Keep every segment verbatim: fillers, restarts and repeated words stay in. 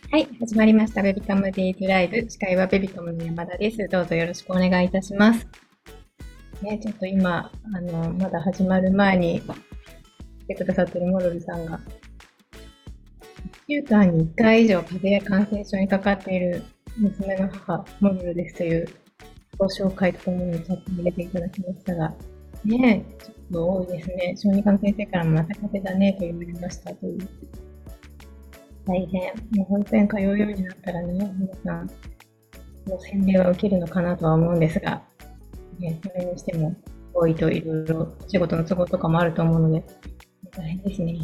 はい、始まりました。ベビカムデイズライブ。司会はベビカムの山田です。どうぞよろしくお願いいたします。ね、ちょっと今、あの、まだ始まる前に来てくださってるモロルさんが、いっしゅうかんにいっかい以上風邪や感染症にかかっている娘の母、モロルですというご紹介とともにチャットに入れていただきましたが、ねえ、ちょっと多いですね。小児科の先生からもまた風邪だねと言われましたという。大変。もう本当に通うようになったらね、皆さん、もう洗礼は受けるのかなとは思うんですが、ね、それにしても多いといろいろ仕事の都合とかもあると思うので、大変ですね。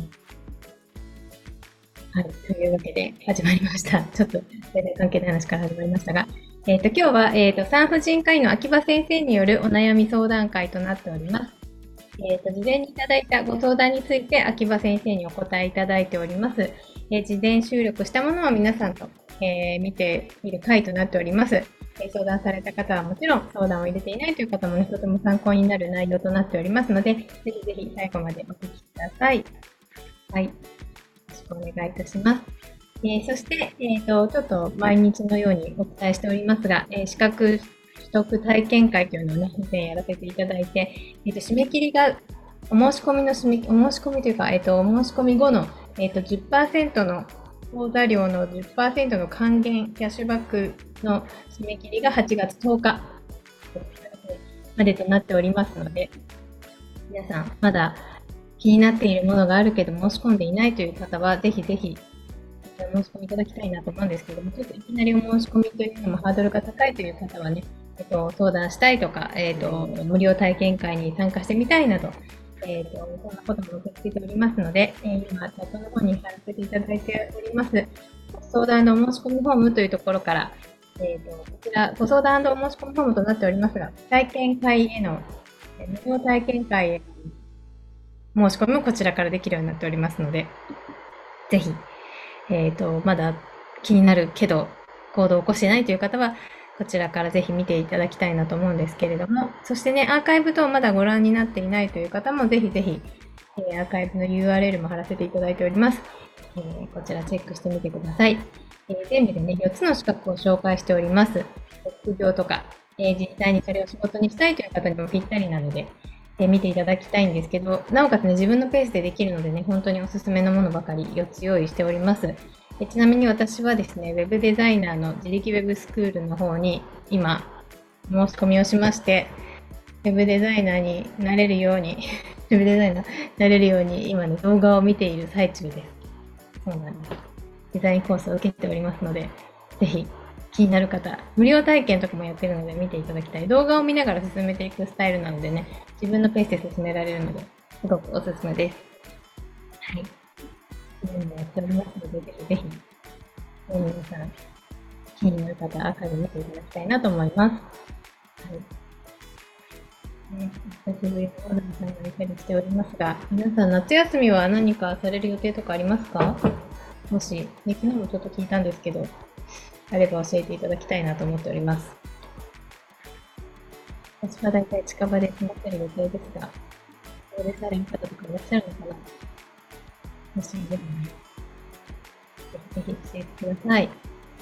はい。というわけで始まりました。ちょっと全然関係ない話から始まりましたが、えっ、と、今日は、えっ、と、産婦人科医の秋葉先生によるお悩み相談会となっております。えっ、と、事前にいただいたご相談について秋葉先生にお答えいただいております。えー事前収録したものを皆さんと、えー見てみる回となっております。えー相談された方はもちろん相談を入れていないという方もね、とても参考になる内容となっておりますので、ぜひぜひ最後までお聞きください。はい。よろしくお願いいたします。えーそして、えっ、と、ちょっと毎日のようにお伝えしておりますが、えー資格取得体験会というのをね、以前やらせていただいて、えっ、と、締め切りが、お申し込みの締め、お申し込みというか、えっ、と、お申し込み後の、えっ、と、じゅっパーセントの口座料のじゅっパーセントの還元、キャッシュバックの締め切りがはちがつとおかまでとなっておりますので、皆さん、まだ気になっているものがあるけど申し込んでいないという方は、ぜひぜひお申し込みいただきたいなと思うんですけども、ちょっといきなりお申し込みというのもハードルが高いという方はね、えっと、相談したいとか、えっと、無料体験会に参加してみたいなど、えっと、そんなことも受け付けておりますので、えー今、チャットの方に貼らせていただいております、相談のお申し込みフォームというところから、えっと、こちら、ご相談のお申し込みフォームとなっておりますが、体験会への、え無料体験会への申し込みもこちらからできるようになっておりますので、ぜひ、えっ、と、まだ気になるけど、行動を起こしてないという方は、こちらからぜひ見ていただきたいなと思うんですけれども、そしてね、アーカイブ等まだご覧になっていないという方も、ぜひぜひ、えーアーカイブの ユーアールエル も貼らせていただいております。えーこちらチェックしてみてください。えー全部でね、よっつの資格を紹介しております。副業とか、えー実際にそれを仕事にしたいという方にもぴったりなので、えー見ていただきたいんですけど、なおかつね、自分のペースでできるのでね、本当におすすめのものばかりよっつ用意しております。えちなみに私はですね、ウェブデザイナーの自力ウェブスクールの方に今、申し込みをしまして、ウェブデザイナーになれるように、ウェブデザイナーになれるように今ね、動画を見ている最中です。そうなんです。デザインコースを受けておりますので、ぜひ気になる方、無料体験とかもやってるので見ていただきたい。動画を見ながら進めていくスタイルなのでね、自分のペースで進められるので、すごくおすすめです。はい。そういうのやっておりますので、ぜひぜひ、皆さん、気になる方、アーカイブ見ていただきたいなと思います。はい。ね、久しぶりにオーナーさんがいたりしておりますが、皆さん、夏休みは何かされる予定とかありますか？もし、ね、昨日もちょっと聞いたんですけど、あれば教えていただきたいなと思っております。私は大体近場で過ごせる予定ですが、遠出される方とかいらっしゃるのかな？もしいればね、ぜひぜひ教えてください。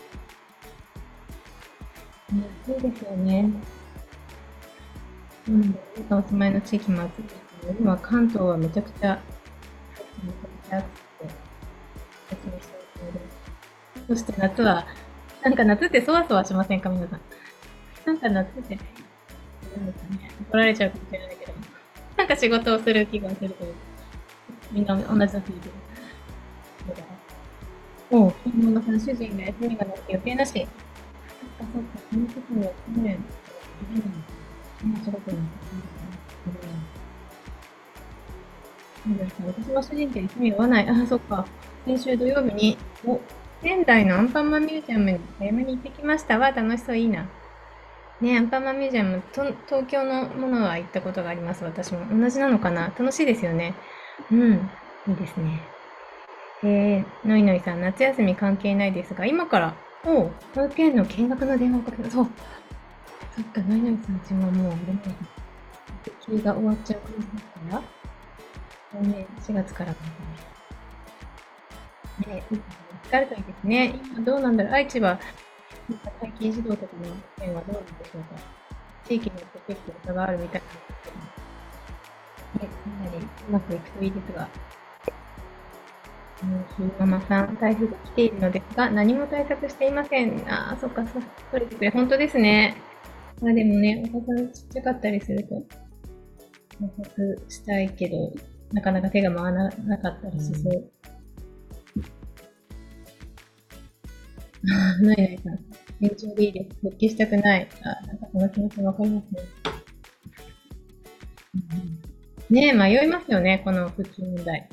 ね、暑いですよね。うん、皆さんお住まいの地域も暑いですけど、今関東はめちゃくちゃ、めちゃくちゃ暑くて、私もしているので。そして夏は、なんか夏ってそわそわしませんか、皆さん。なんか夏って、なんですかね、怒られちゃうかもしれないけど、なんか仕事をする気がするというか、みんな同じの聞いてる。だから、もう、昨日のさん主人が休みがなくて予定なし。そっかそっか、その時には去年、面白くなってそうですね。私も主人と休み合わない。あ、そっか。先週土曜日に、お、仙台のアンパンマンミュージアムに早めに行ってきましたわ。楽しそう、いいな。ね、アンパンマンミュージアム、と東京のものは行ったことがあります。私も。同じなのかな？楽しいですよね。うん。いいですね。えー、のいのいさん、夏休み関係ないですが、今から、おう、保育園の見学の電話をかけた。そう。そっか、のいのいさんちももう、あれも、休が終わっちゃう感じですから、来年しがつからかな。ね、いいですね。 疲れたいですね。今どうなんだろう。愛知は、なんか待機児童とかの件はどうなんでしょうか。地域によって結構差があるみたいなんですけど、ね、かなりうまくいくといいですが、ひーママさん、台風が来ているのですが、何も対策していません。ああ、そっか、そ、取れてくれ。本当ですね。まあでもね、お子さんちっちゃかったりすると、対策したいけど、なかなか手が回らなかったりしそう。ああ、ないないさん。延長でいいです。復帰したくない。あ、なんかその気持ちわかりますね。ねえ、迷いますよね、この復帰問題。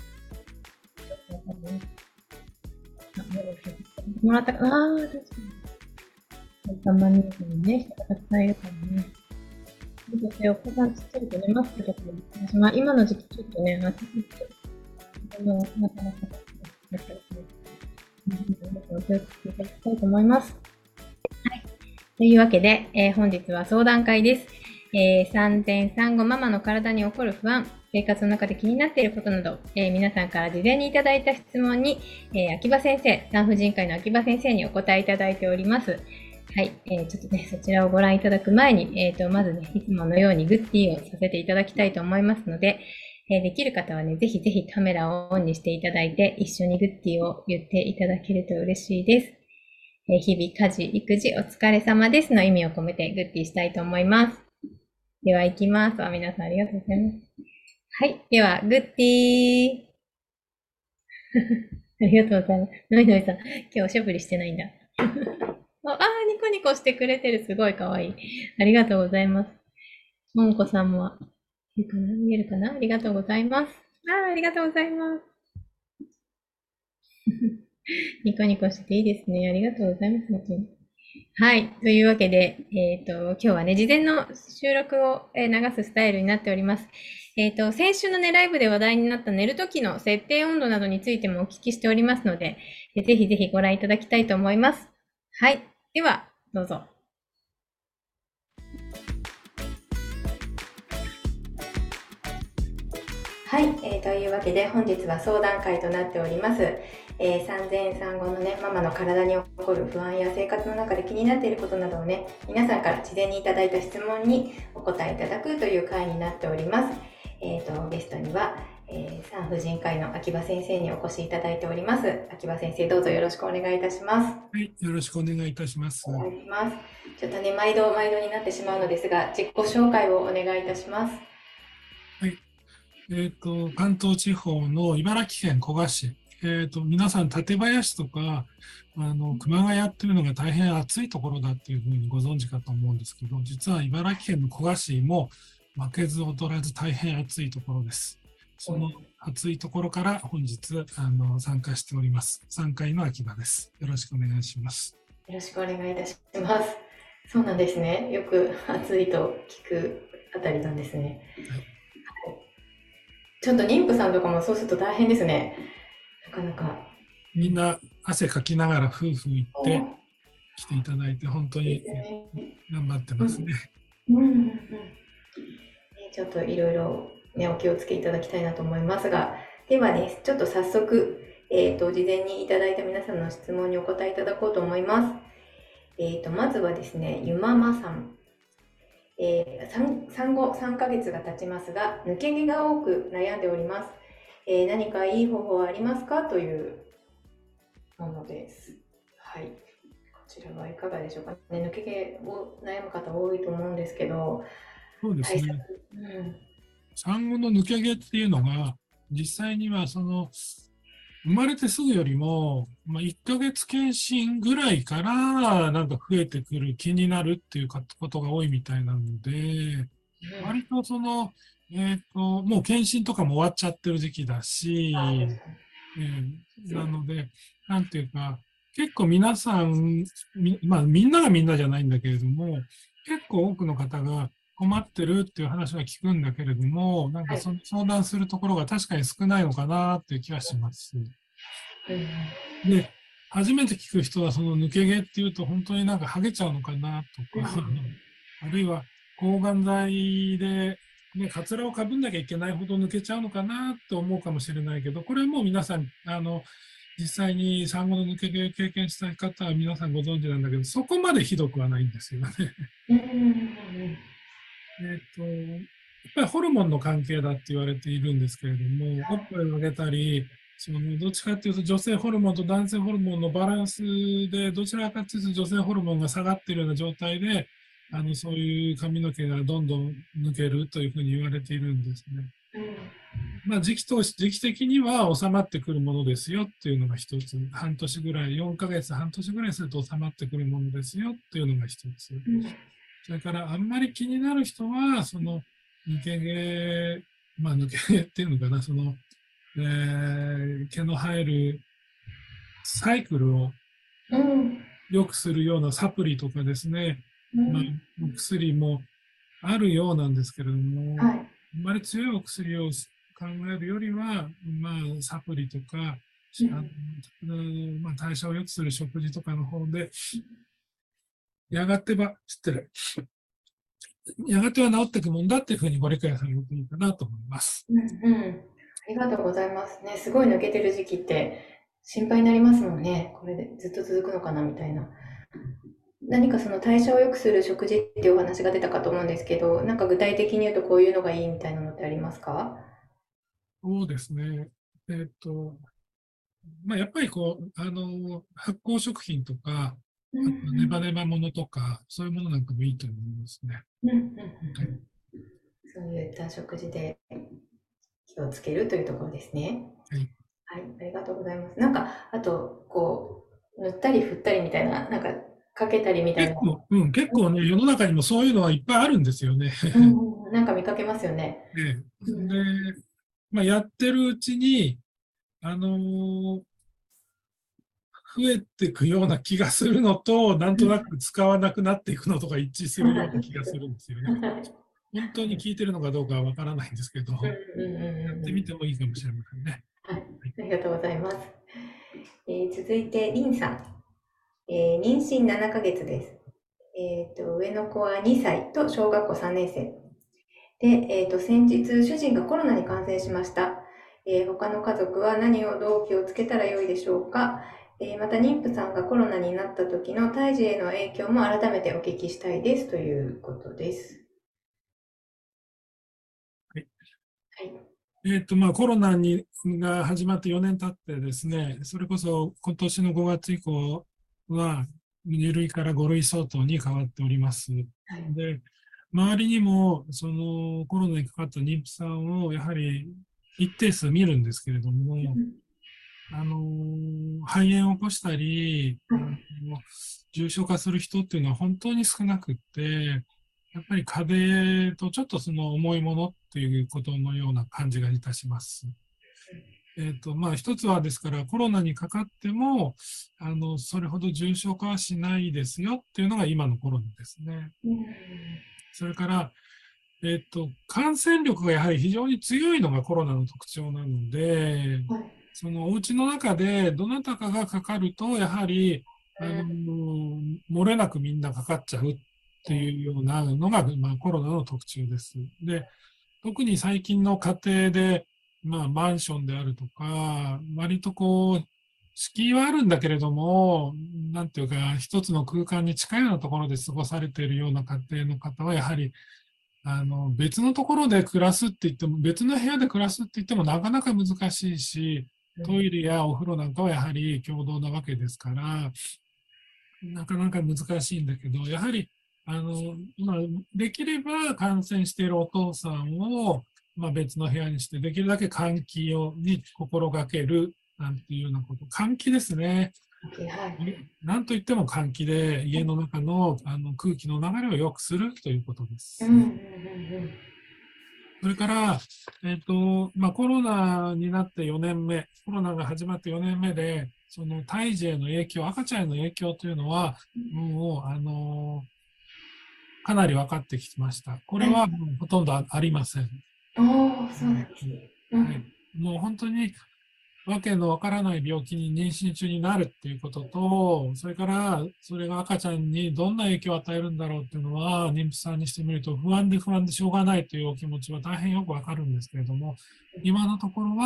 あ、でももらったかな。ああ、確かに。たまにね、人がたくさんいるからね。そうですね、お子さんちっちゃいと寝ますけど、私、まあ、今の時期ちょっとね、暑くて、あの、なかなか、やっぱりね、うん、お気をつけていただきたいと思います。というわけで、えー本日は相談会です。えー産前産後ママの体に起こる不安、生活の中で気になっていることなど、えー皆さんから事前にいただいた質問に、えー秋葉先生、産婦人科医の秋葉先生にお答えいただいております。はい、えーちょっとね、そちらをご覧いただく前に、えーと、まずね、いつものようにグッディーをさせていただきたいと思いますので、えーできる方はね、ぜひぜひカメラをオンにしていただいて、一緒にグッディーを言っていただけると嬉しいです。えー日々家事、育児お疲れ様ですの意味を込めてグッディしたいと思います。では行きます。あ、皆さんありがとうございます。はい。では、グッディー。ありがとうございます。のいのいさん、今日おしゃぶりしてないんだ。ああー、ニコニコしてくれてる。すごいかわいい。ありがとうございます。ももこさんも、見えるかな見えるかなありがとうございます。ああ、ありがとうございます。ニコニコしてていいですね。ありがとうございます。本当に。はい。というわけで、えっと、今日はね、事前の収録をえー流すスタイルになっております。えっと、先週のね、ライブで話題になった寝る時の設定温度などについてもお聞きしておりますので、えぜひぜひご覧いただきたいと思います。はい。では、どうぞ。はい、えー、というわけで本日は相談会となっております。えー、産前産後のね、ママの体に起こる不安や生活の中で気になっていることなどをね、皆さんから事前にいただいた質問にお答えいただくという会になっております。えー、とゲストには、えー、産婦人科医の秋葉先生にお越しいただいております。秋葉先生、どうぞよろしくお願いいたします。 はい、よろしくお願いいたします。 お願いします。ちょっとね、毎度毎度になってしまうのですが、自己紹介をお願いいたします。 はい、えっと、関東地方の茨城県古河市、えっと、皆さん、館林とか、あの、熊谷っていうのが大変暑いところだっていうふうにご存知かと思うんですけど、実は茨城県の古河市も負けず劣らず大変暑いところです。その暑いところから本日、あの、参加しております。さんかいの秋葉です。よろしくお願いします。 よろしくお願いいたします。そうなんですね。よく暑いと聞くあたりなんですね。 はい、 ちょっと妊婦さんとかもそうすると大変ですね。なかなか。 みんな汗かきながら夫婦行って来ていただいて、本当にですね。 頑張ってうん。 ますね。 うんうんうん。ちょっといろいろね、お気をつけいただきたいなと思いますが、ではね、ちょっと早速、えっ、と、事前にいただいた皆さんの質問にお答えいただこうと思います。えっ、と、まずはですね、ゆままさん。えー産産後さんかげつが経ちますが、抜け毛が多く悩んでおります。えー何かいい方法はありますかというものです。はい。こちらはいかがでしょうかね。抜け毛を悩む方多いと思うんですけど、 そうです対策。 ね。 うん。 産後の抜け毛っていうのが、実際にはその、生まれてすぐよりも、まあ、いっかげつ検診ぐらいから、なんか増えてくる、気になるっていうことが多いみたいなので、割とその、えっと、もう検診とかも終わっちゃってる時期だし、えーなので、なんていうか、結構皆さん、みまあ、みんながみんなじゃないんだけれども、結構多くの方が困ってるっていう話は聞くんだけれども、なんかはい。 その相談するところが確かに少ないのかなっていう気はします。 うん。 で、初めて聞く人はその抜け毛っていうと本当になんか剥げちゃうのかなとか、 うん。 あるいは抗がん剤で、ね、カツラをかぶんなきゃいけないほど抜けちゃうのかなと思うかもしれないけど、これはもう皆さん、あの、 実際に産後の抜け毛を経験した方は皆さんご存知なんだけど、そこまでひどくはないんですよね。 うん。 えっと、やっぱりホルモンの関係だって言われているんですけれども、おっぱいをあげたり、そのどっちかというと女性ホルモンと男性ホルモンのバランスで、どちらかというと女性ホルモンが下がっているような状態で、あのそういう髪の毛がどんどん抜けるというふうに言われているんですね。 うん。 まあ、時期と時期的には収まってくるものですよっていうのが一つ、半年ぐらい、よんかげつ、半年ぐらいすると収まってくるものですよっていうのが一つ。 うん。 それからあんまり気になる人は、その抜け毛、まあ抜け毛っていうのかな、その、えー毛の生えるサイクルをうん。 良くするようなサプリとかですね、まあ、 うん。 お薬もあるようなんですけれども、 はい。 あまり強いお薬を考えるよりは、まあ、サプリとか、あうん。 のまあ、代謝を良くする食事とかの方で、やがては、失礼、やがては治っていくもんだっていうふうにご理解されるといいかなと思います。 うん。うん。ありがとうございますね。すごい抜けてる時期って心配になりますもんね。これでずっと続くのかなみたいな。何かその代謝を良くする食事っていうお話が出たかと思うんですけど、なんか具体的に言うとこういうのがいいみたいなのってありますか？ そうですね。えっと、まあ、やっぱりこう、あの、発酵食品とか、 うん。うあとネバん。 ネバものとか、そういうものなんかもいいと思いますね。 うん。うん。うん。 はい。 そういった食事で気をつけるというところですね。 はい、 はい、ありがとうございます。なんか、あと、こう、塗ったり振ったりみたいな、なんか、かけたりみたいな、 結構、うん、結構ね、世の中にもそういうのはいっぱいあるんですよね。 うん、うん、なんか見かけますよね。 で、 うん、 で、まあ、やってるうちに、あのー増えていくような気がするのと、なんとなく使わなくなっていくのとか一致するような気がするんですよね。本当に効いてるのかどうかはわからないんですけど、やうん、うん、うん、うんうん。 ってみてもいいかもしれませんね。 はい、 はい。 ありがとうございます。えー続いて、リンさん。えー妊娠ななかげつです。えっと、上の子はにさいと小学校さんねん生。で、えっと、先日、主人がコロナに感染しました。えー他の家族は何をどう気をつけたらよいでしょうか。えーまた、妊婦さんがコロナになった時の胎児への影響も改めてお聞きしたいですということです。 はい。 はい。 えっと、まあ、コロナにが始まってよねん経ってですね、それこそ今年のごがつ以降は、に類からご類相当に変わっております。 はい。 で、周りにも、そのコロナにかかった妊婦さんをやはり一定数見るんですけれども、あの、肺炎を起こしたり、あの重症化する人っていうのは本当に少なくって、やっぱり風邪とちょっとその重いものっていうことのような感じがいたします。えっと、まあ、一つはですからコロナにかかっても、あの、それほど重症化はしないですよっていうのが今のコロナですね。 うん。 それから、えっと、感染力がやはり非常に強いのがコロナの特徴なので、 はい。 そのお家の中でどなたかがかかると、やはり、あの、漏れなくみんなかかっちゃうっていうようなのが、まあ、コロナの特徴です。で、特に最近の家庭で、まあ、マンションであるとか、割とこう、敷居はあるんだけれども、なんていうか、一つの空間に近いようなところで過ごされているような家庭の方は、やはり、あの、別のところで暮らすって言っても、別の部屋で暮らすって言ってもなかなか難しいし、トイレやお風呂なんかはやはり共同なわけですから、なかなか難しいんだけど、やはり、あの、まあ、できれば感染しているお父さんを、まあ、別の部屋にして、できるだけ換気をに心がけるなんていうようなこと。換気ですね。 はい。 なんといっても換気で家の中のあの空気の流れを良くするということです。 うん、うん、うん、 それから、えっと、まあ、コロナになってよねんめ、コロナが始まってよねんめで、その胎児への影響、赤ちゃんへの影響というのは、もう、あの、かなり分かってきました。これはい。 はもうほとんどありません。 ああ、そうなんですね。うん。 はい。もう本当にわけのわからない病気に妊娠中になるっていうことと、それからそれが赤ちゃんにどんな影響を与えるんだろうっていうのは、妊婦さんにしてみると不安で不安でしょうがないというお気持ちは大変よくわかるんですけれども、今のところは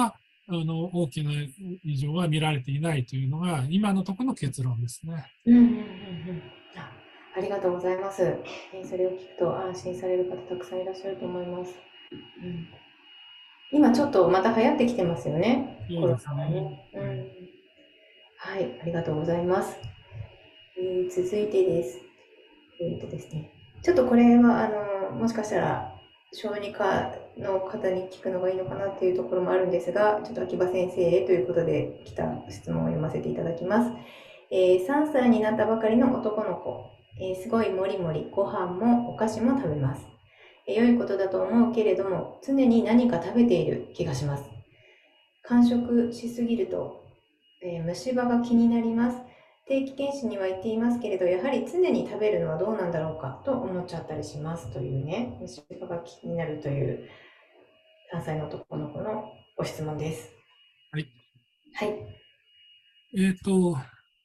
あの大きな異常は見られていないというのが今のところの結論ですね。 うんうんうんうん。あ、ありがとうございます。えーそれを聞くと安心される方たくさんいらっしゃると思います。うん、今ちょっとまた流行ってきてますよね、コロそうですね。 ナがね。うはい。 ん、はい、ありがとうございます。えー続いてです。えっとですね、ちょっとこれは、あの、もしかしたら、小児科の方に聞くのがいいのかなっていうところもあるんですが、ちょっと秋葉先生へということで来た質問を読ませていただきます。えーさんさいになったばかりの男の子、えーすごいもりもりご飯もお菓子も食べます。えー良いことだと思うけれども、常に何か食べている気がします。間食しすぎると、えー虫歯が気になります。定期検診には行っていますけれど、やはり常に食べるのはどうなんだろうかと思っちゃったりしますというね、虫歯が気になるというさんさいの男の子のご質問です。 はい。 はい。 えっと、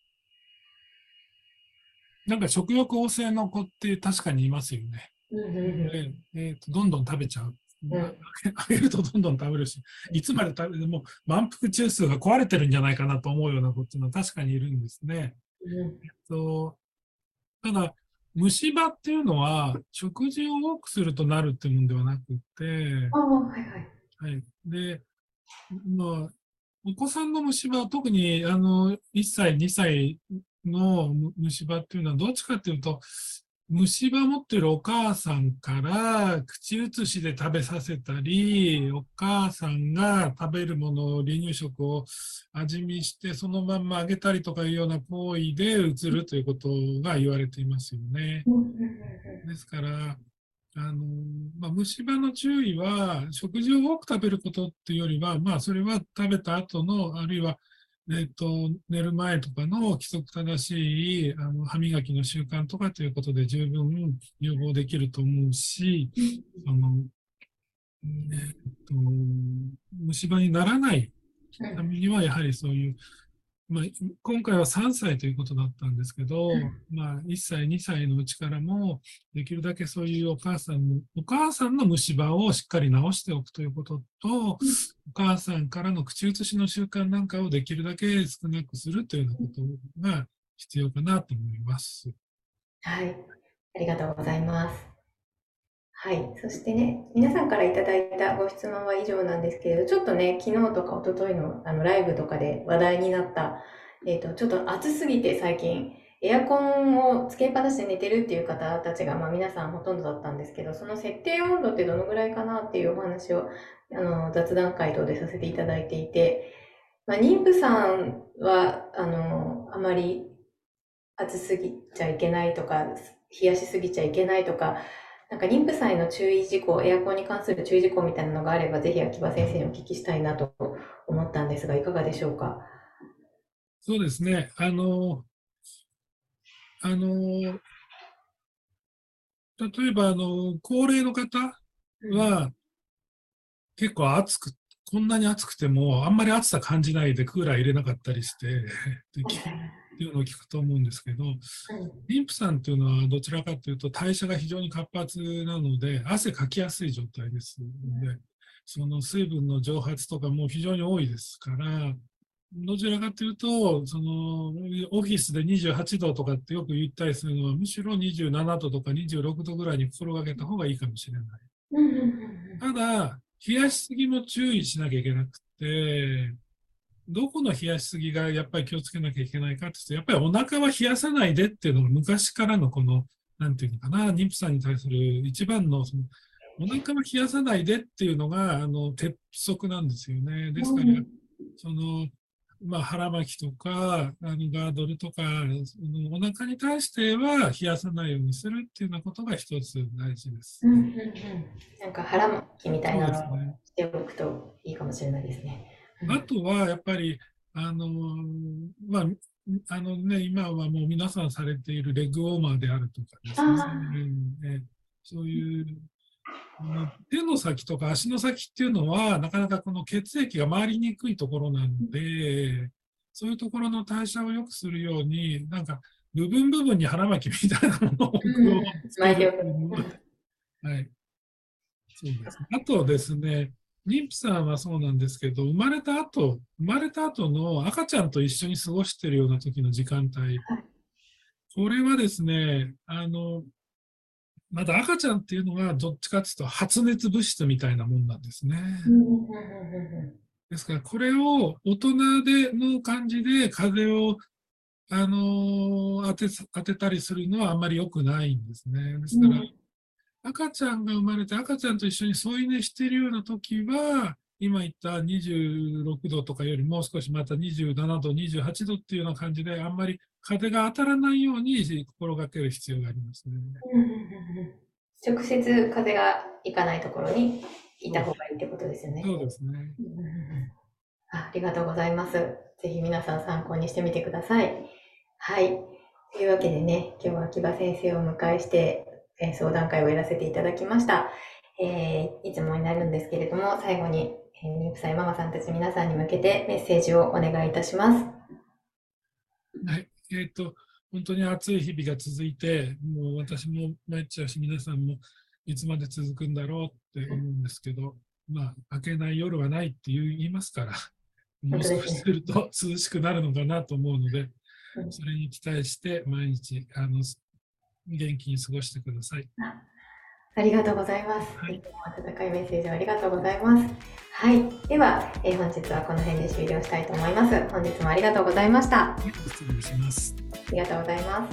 なんか食欲旺盛の子って確かにいますよね。 うんうで、えっと、どんどん食べちゃう。 んうん。 ああげるとどんどん食べるし、いつまで食べても満腹中枢が壊れてるんじゃないかなと思うような子っていうのは確かにいるんですね。 うん。 とただ、虫歯っていうのは食事を多くするとなるっていうものではなくて、 ああ、はいはい。 はい。で、まあ、お子さんの虫歯、特にあのいっさい、にさいの虫歯っていうのは、どっちかっていうと、虫歯持ってるお母さんから口移しで食べさせたり、お母さんが食べるものを離乳食を味見して、そのまんまあげたりとかいうような行為で移るということが言われていますよね。 うんうんうんですから、あのまあ、虫歯の注意は、食事を多く食べることっていうよりは、まあ、それは食べた後の、あるいは、えっと、寝る前とかの規則正しいあの歯磨きの習慣とかということで十分予防できると思うし、その、えっと、虫歯にならないためには、やはりそういうまあ、今回はさんさいということだったんですけど、まあ、いっさい、にさいのうちからも、できるだけそういうお母さんの、お母さんの虫歯をしっかり治しておくということと、お母さんからの口移しの習慣なんかをできるだけ少なくするというようなことが必要かなと思います。 はい。ありがとうございます。はい。そしてね、皆さんからいただいたご質問は以上なんですけれど、ちょっとね、昨日とか一昨日のあのライブとかで話題になった、えっと、ちょっと暑すぎて最近、エアコンをつけっぱなしで寝てるっていう方たちが、まあ皆さんほとんどだったんですけど、その設定温度ってどのぐらいかなっていうお話を、あの、雑談会等でさせていただいていて、まあ、妊婦さんは、あの、あまり暑すぎちゃいけないとか、冷やしすぎちゃいけないとか、なんか妊婦さんへの注意事項、エアコンに関する注意事項みたいなのがあれば、ぜひ秋葉先生にお聞きしたいなと思ったんですが、いかがでしょうか。 そうですね。あの、あの、例えば、あの、高齢の方うん。 は、結構暑く、こんなに暑くても、あんまり暑さ感じないでクーラー入れなかったりして、できっていうのを聞くと思うんですけど、 うん。 妊婦さんっていうのはどちらかというと代謝が非常に活発なので、汗かきやすい状態ですので、その水分の蒸発とかも非常に多いですから、どちらかというと、そのオフィスでにじゅうはちどとかってよく言ったりするのは、むしろにじゅうななどとかにじゅうろくどぐらいに心がけた方がいいかもしれない。 うんうんうんただ、冷やしすぎも注意しなきゃいけなくて、どこの冷やしすぎがやっぱり気をつけなきゃいけないかっていうと、やっぱりお腹は冷やさないでっていうのが昔からのこの、なんていうのかな、妊婦さんに対する一番の、そのお腹は冷やさないでっていうのが、あの、鉄則なんですよね。ですから、 うん。 その、まあ、腹巻きとか、あのガードルとか、そのお腹に対しては冷やさないようにするっていうようなことが一つ大事です。 うんうんうん。なんか腹巻きみたいそうなのをですね。 しておくといいかもしれないですね。うん。 あとは、やっぱり、あの、まあ、あのね、今はもう皆さんされているレッグウォーマーであるとかですね、 あえそういうあの手の先とか足の先っていうのは、なかなかこの血液が回りにくいところなので、そういうところの代謝を良くするように、なんか部分部分に腹巻きみたいなものをあ、うんうん。 こうつけるっ巻いておく。 ていうのは、 うん。 はい、そうですね。あとですね、 妊婦さんはそうなんですけど、生まれた後、生まれた後の赤ちゃんと一緒に過ごしているような時の時間帯、これはですね、あの、まだ赤ちゃんっていうのがどっちかっていうと発熱物質みたいなもんなんですね。 うんうんうんうんですから、これを大人での感じで風邪を、あの当て、当てたりするのはあんまり良くないんですね。ですから、 うん赤ちゃんが生まれて赤ちゃんと一緒に添い寝しているような時は、今言ったにじゅうろくどとかよりもう少しまたにじゅうななど、にじゅうはちどっていうような感じで、あんまり風が当たらないように心がける必要がありますね。 うんうんうんうん直接風がいかないところにいた方がいいってことですよね。 そうですね。 うんうんうんあ、ありがとうございます。ぜひ皆さん参考にしてみてください。はい。というわけでね、今日は秋葉先生をお迎えして、えー相談会をやらせていただきました。えーいつもになるんですけれども、最後に、えー、妊婦さんやママさんたち皆さんに向けてメッセージをお願いいたします。 はい。えっ、と、本当に暑い日々が続いて、もう私も参っちゃうし、皆さんもいつまで続くんだろうって思うんですけど、まあ、明けない夜はないって言いますから、もう少し本当ですね。 すると涼しくなるのかなと思うので、 うんそれに期待して毎日あの元気に過ごしてください。 あありがとうございます。 はい。 いつも温かいメッセージをありがとうございます。はい。では、えー本日はこの辺で終了したいと思います。本日もありがとうございました。あ失礼します。 りがとうございます。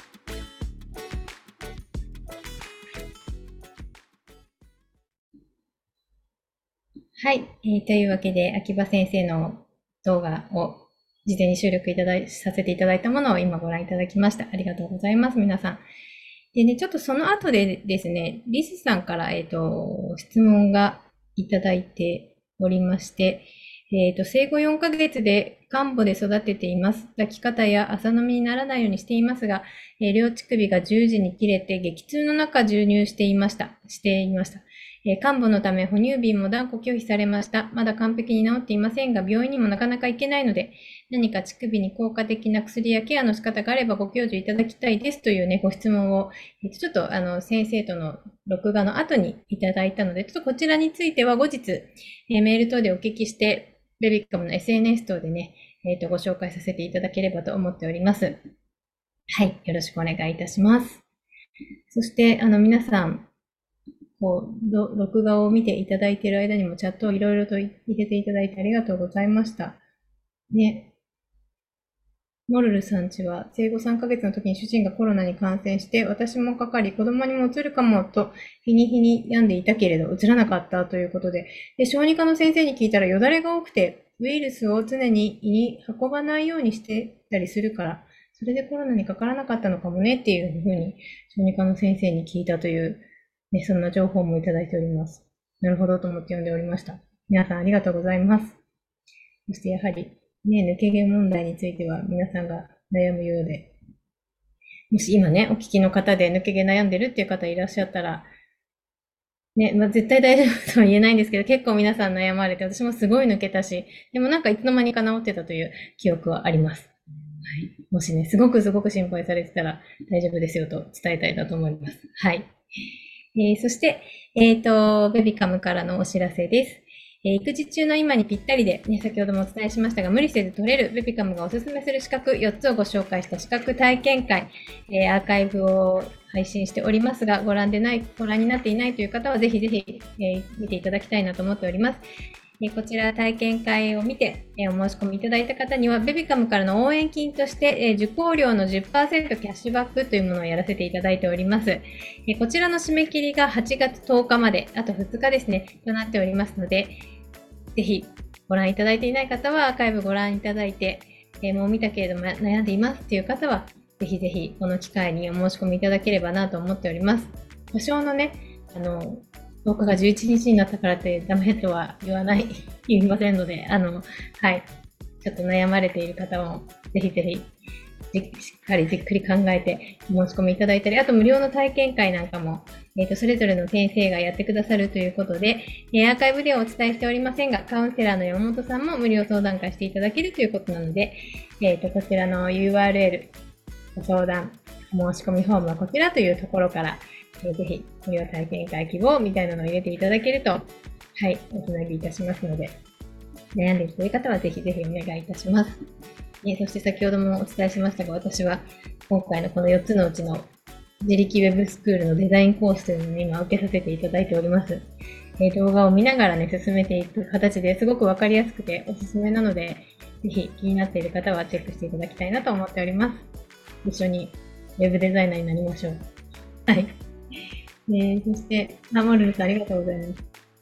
はい。えーというわけで、秋葉先生の動画を事前に収録いただいさせていただいたものを今ご覧いただきました。ありがとうございます、皆さん。でね、ちょっとその後でですね、リスさんから、えっと、質問がいただいておりまして、えっと、生後よんかげつで漢母で育てています。抱き方や朝飲みにならないようにしていますが、えー両乳首が十字に切れて激痛の中授乳していました。していました。えー、患部のため哺乳瓶も断固拒否されました。まだ完璧に治っていませんが、病院にもなかなか行けないので、何か乳首に効果的な薬やケアの仕方があればご教授いただきたいですというね、ご質問を、えっと、ちょっとあの、先生との録画の後にいただいたので、ちょっとこちらについては後日、えーメール等でお聞きして、ベビッカムの エスエヌエス 等でね、えっと、ご紹介させていただければと思っております。はい、よろしくお願いいたします。そして、あの、皆さん、こう、ど録画を見ていただいている間にもチャットをいろいろと入れていただいてありがとうございました。ね。モルルさんちは生後さんかげつの時に主人がコロナに感染して私もかかり子供にも移るかもと日に日に病んでいたけれど移らなかったということで、で小児科の先生に聞いたらよだれが多くてウイルスを常に胃に運ばないようにしてたりするからそれでコロナにかからなかったのかもねっていうふうに小児科の先生に聞いたという、ね、そんな情報もいただいております。なるほどと思って読んでおりました。皆さんありがとうございます。そしてやはりね、抜け毛問題については皆さんが悩むようで、もし今ね、お聞きの方で抜け毛悩んでるっていう方いらっしゃったら、ね、まあ、絶対大丈夫とは言えないんですけど、結構皆さん悩まれて、私もすごい抜けたし、でもなんかいつの間にか治ってたという記憶はあります。はい。もしね、すごくすごく心配されてたら大丈夫ですよと伝えたいなと思います。はい。えーそして、えっ、と、ベビカムからのお知らせです。えー育児中の今にぴったりで、ね、先ほどもお伝えしましたが、無理せず取れるベビカムがおすすめする資格よっつをご紹介した資格体験会、えーアーカイブを配信しておりますが、ご覧でない、ご覧になっていないという方は、ぜひぜひ、えー見ていただきたいなと思っております。えーこちら体験会を見て、えーお申し込みいただいた方には、ベビカムからの応援金として、えー受講料のじゅっパーセントキャッシュバックというものをやらせていただいております。えーこちらの締め切りがはちがつとおかまで、あとふつかですね、となっておりますので、ぜひご覧いただいていない方はアーカイブご覧いただいて、えーもう見たけれども悩んでいますという方は、ぜひぜひこの機会にお申し込みいただければなと思っております。多少のね、あの、とおかがじゅういちにちになったからってダメとは言わない、言いませんので、あの、はい、ちょっと悩まれている方も、ぜひぜひ、じしっかりじっくり考えてお申し込みいただいたり、あと無料の体験会なんかも、えーと、それぞれの先生がやってくださるということで、えーアーカイブではお伝えしておりませんが、カウンセラーの山本さんも無料相談会していただけるということなので、えーと、こちらの ユーアールエル、ご相談、お申し込みフォームはこちらというところから、えーぜひ無料体験会希望みたいなのを入れていただけると、ははい、おつなぎいたしますので、悩んでいるという方はぜひぜひお願いいたします。ね、そして先ほどもお伝えしましたが、私は今回のこのよっつのうちの自力ウェブスクールのデザインコースというのを、ね、今受けさせていただいております。えー、動画を見ながらね、進めていく形ですごくわかりやすくておすすめなので、ぜひ気になっている方はチェックしていただきたいなと思っております。一緒にウェブデザイナーになりましょう。はい。えー、そして、ハモルルさんありがとうございます。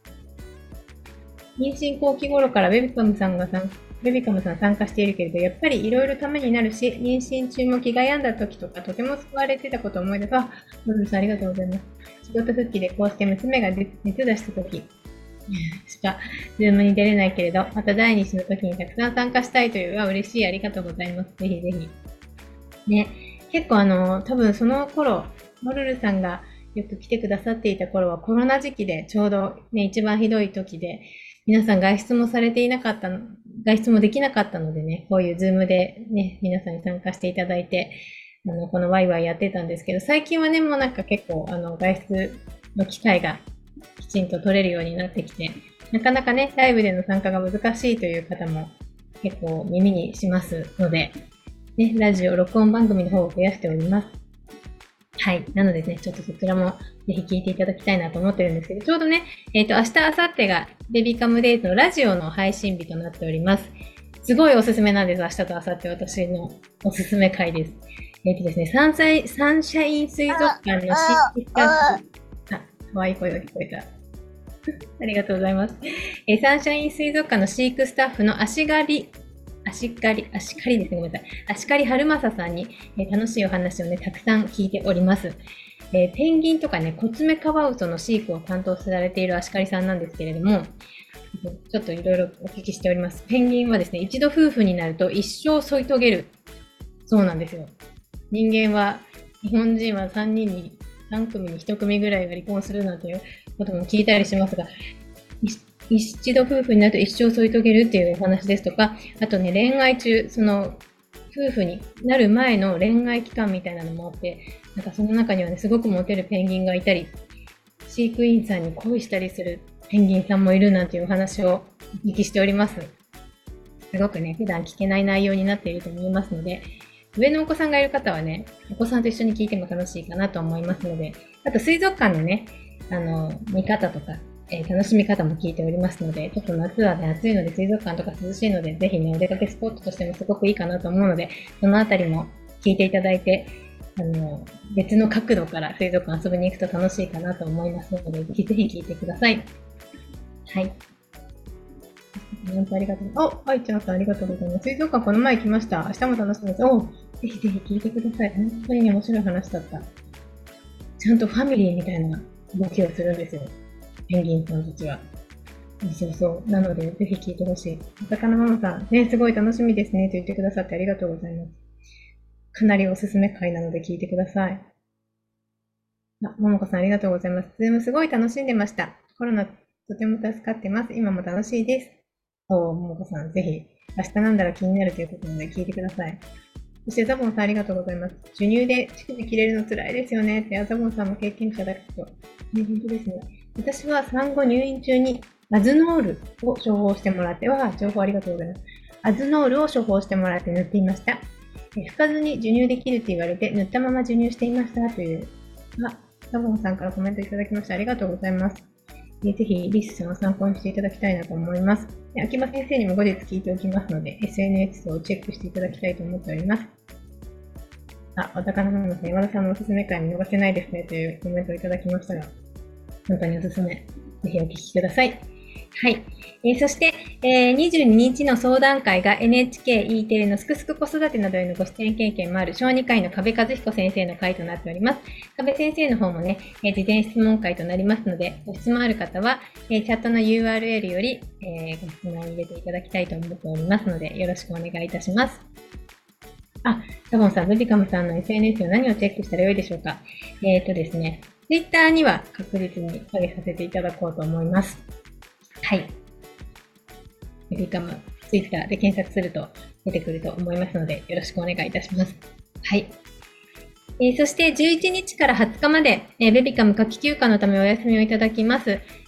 妊娠後期頃からベビカムさんが参ベビカムさん参加しているけれど、やっぱりいろいろためになるし、妊娠中も気が病んだ時とか、とても救われてたことを思い出す。あ、モルルさんありがとうございます。仕事復帰でこうして娘が熱出した時しか、ズームに出れないけれど、また第二子の時にたくさん参加したいという、は嬉しい、ありがとうございます。ぜひぜひ。ね、結構あの、多分その頃、モルルさんがよく来てくださっていた頃はコロナ時期でちょうどね、一番ひどい時で、皆さん外出もされていなかったの、外出もできなかったのでね、こういうズームでね、皆さんに参加していただいて、あの、このワイワイやってたんですけど、最近はね、もうなんか結構、あの、外出の機会がきちんと取れるようになってきて、なかなかね、ライブでの参加が難しいという方も結構耳にしますので、ね、ラジオ、録音番組の方を増やしております。はい。なのでね、ちょっとそちらもぜひ聞いていただきたいなと思ってるんですけど、ちょうどね、えっと、明日、明後日がベビカムデイズのラジオの配信日となっております。すごいおすすめなんです。明日と明後日私のおすすめ回です。えっとですね、サンサイサンシャイン水族館の新規スタッフ、あ、可愛い声が聞こえた。ありがとうございます。えー、サンシャイン水族館の飼育スタッフの足刈足刈足刈ですね、ごめんなさい。足刈春正さんに、えー、楽しいお話をね、たくさん聞いております。えー、ペンギンとかね、コツメカワウソの飼育を担当されている足刈さんなんですけれども、ちょっといろいろお聞きしております。ペンギンはですね、一度夫婦になると一生添い遂げる。そうなんですよ。人間は、日本人はさんにんに、さん組にいち組ぐらいが離婚するなんていうことも聞いたりしますが、一度夫婦になると一生添い遂げるっていうお話ですとか、あとね、恋愛中、その、夫婦になる前の恋愛期間みたいなのもあって、なんかその中にはね、すごくモテるペンギンがいたり、飼育員さんに恋したりするペンギンさんもいるなんていうお話をお聞きしております。すごくね、普段聞けない内容になっていると思いますので、上のお子さんがいる方はね、お子さんと一緒に聞いても楽しいかなと思いますので、あと水族館のね、あの、見方とか、えー、楽しみ方も聞いておりますので、ちょっと夏はね、暑いので水族館とか涼しいので、ぜひね、お出かけスポットとしてもすごくいいかなと思うので、そのあたりも聞いていただいて、あの、別の角度から水族館遊びに行くと楽しいかなと思いますので、ぜひぜひ聞いてください。はい。本当ありがとう。お、はい、ちゃんさんありがとうございます。水族館この前来ました。明日も楽しみです。お、ぜひぜひ聞いてください。本当にね、面白い話だった。ちゃんとファミリーみたいな動きをするんですよ。ペンギンさんたちは。そうそう。なので、ぜひ聞いてほしい。お魚ママさん、ね、すごい楽しみですねと言ってくださってありがとうございます。かなりおすすめ回なので聞いてください。あ、ももこさんありがとうございます。ズームすごい楽しんでました。コロナとても助かってます。今も楽しいです。おー、ももこさん、ぜひ、明日なんだら気になるということなので聞いてください。そしてザボンさんありがとうございます。授乳で乳首切れるの辛いですよねって、ザボンさんも経験者だけど、ね、本当ですね。私は産後入院中にアズノールを処方してもらっては、情報ありがとうございます。アズノールを処方してもらって塗っていました。拭かずに授乳できるって言われて、塗ったまま授乳していましたという、あ、ザボンさんからコメントいただきましてありがとうございます。ぜひ、リスさんを参考にしていただきたいなと思います。秋葉先生にも後日聞いておきますので、エスエヌエス をチェックしていただきたいと思っております。あ、お魚ママさん、山田さんのおすすめ会見逃せないですねというコメントをいただきましたが、本当におすすめ。ぜひお聞きください。はい。えー、そして、えー、にじゅうににちの相談会が エヌエイチケー、E テレのすくすく子育てなどへのご出演経験もある小児科医の壁和彦先生の会となっております。壁先生の方もね、えー、事前質問会となりますので、ご質問ある方は、えー、チャットの ユーアールエル より、えー、ご質問を入れていただきたいと思っておりますので、よろしくお願いいたします。あ、サボンさん、ブジカムさんの エスエヌエス を何をチェックしたらよいでしょうか。えっとですね、Twitter には確実に上げさせていただこうと思います。はい。ブジカム、Twitter で検索すると出てくると思いますので、よろしくお願いいたします。はい。えー、そしてじゅういちにちからはつかまで、えー、ベビカム夏季休暇のためお休みをいただきます。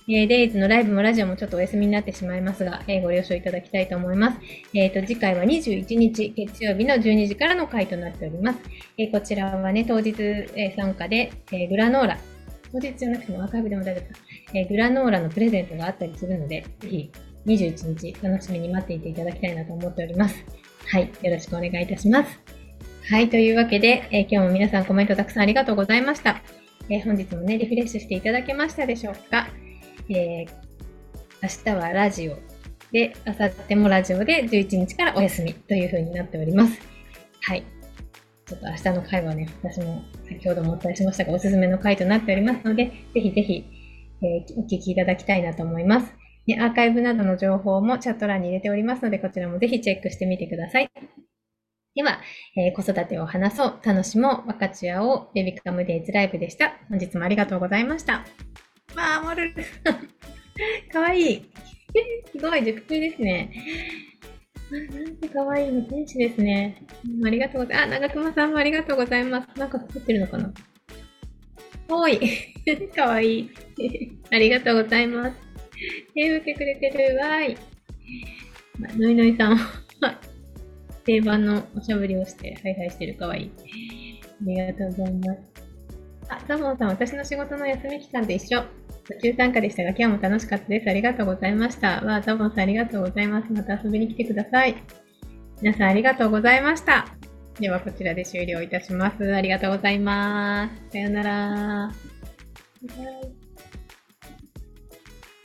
えー、デイズのライブもラジオもちょっとお休みになってしまいますが、えー、ご了承いただきたいと思います。えっと、次回はにじゅういちにち月曜日のじゅうにじからの回となっております。えー、こちらはね、当日、えー、参加で、えー、グラノーラ、当日じゃなくてもアーカイブでも大丈夫か、えー、グラノーラのプレゼントがあったりするので、ぜひにじゅういちにち楽しみに待っていていただきたいなと思っております。はい、よろしくお願いいたします。はい、というわけで、えー、今日も皆さんコメントたくさんありがとうございました。えー、本日もね、リフレッシュしていただけましたでしょうか。えー、明日はラジオで、明後日もラジオでじゅういちにちからお休みという風になっております。はい。ちょっと明日の回はね、私も先ほどもお伝えしましたが、おすすめの回となっておりますので、ぜひぜひ、えー、お聞きいただきたいなと思います。で、アーカイブなどの情報もチャット欄に入れておりますので、こちらもぜひチェックしてみてください。では、えー、子育てを話そう、楽しもう、分かち合おう、ベビカムデイズライブでした。本日もありがとうございました。わー、モルルかわいい。すごい、熟睡ですね。なんてかわいいの、天使ですね。ありがとうございます。あ、長熊さんもありがとうございます。なんか作ってるのかな。おい。かわいい。ありがとうございます。手振ってくれてるわーい。のいのいさんは定番のおしゃぶりをしてハイハイしてる、かわいい。ありがとうございます。あ、ザボンさん、私の仕事の休み期間と一緒。途中参加でしたが、今日も楽しかったです。ありがとうございました。わあ、ザボンさんありがとうございます。また遊びに来てください。皆さんありがとうございました。では、こちらで終了いたします。ありがとうございます。さようなら。バイバイ。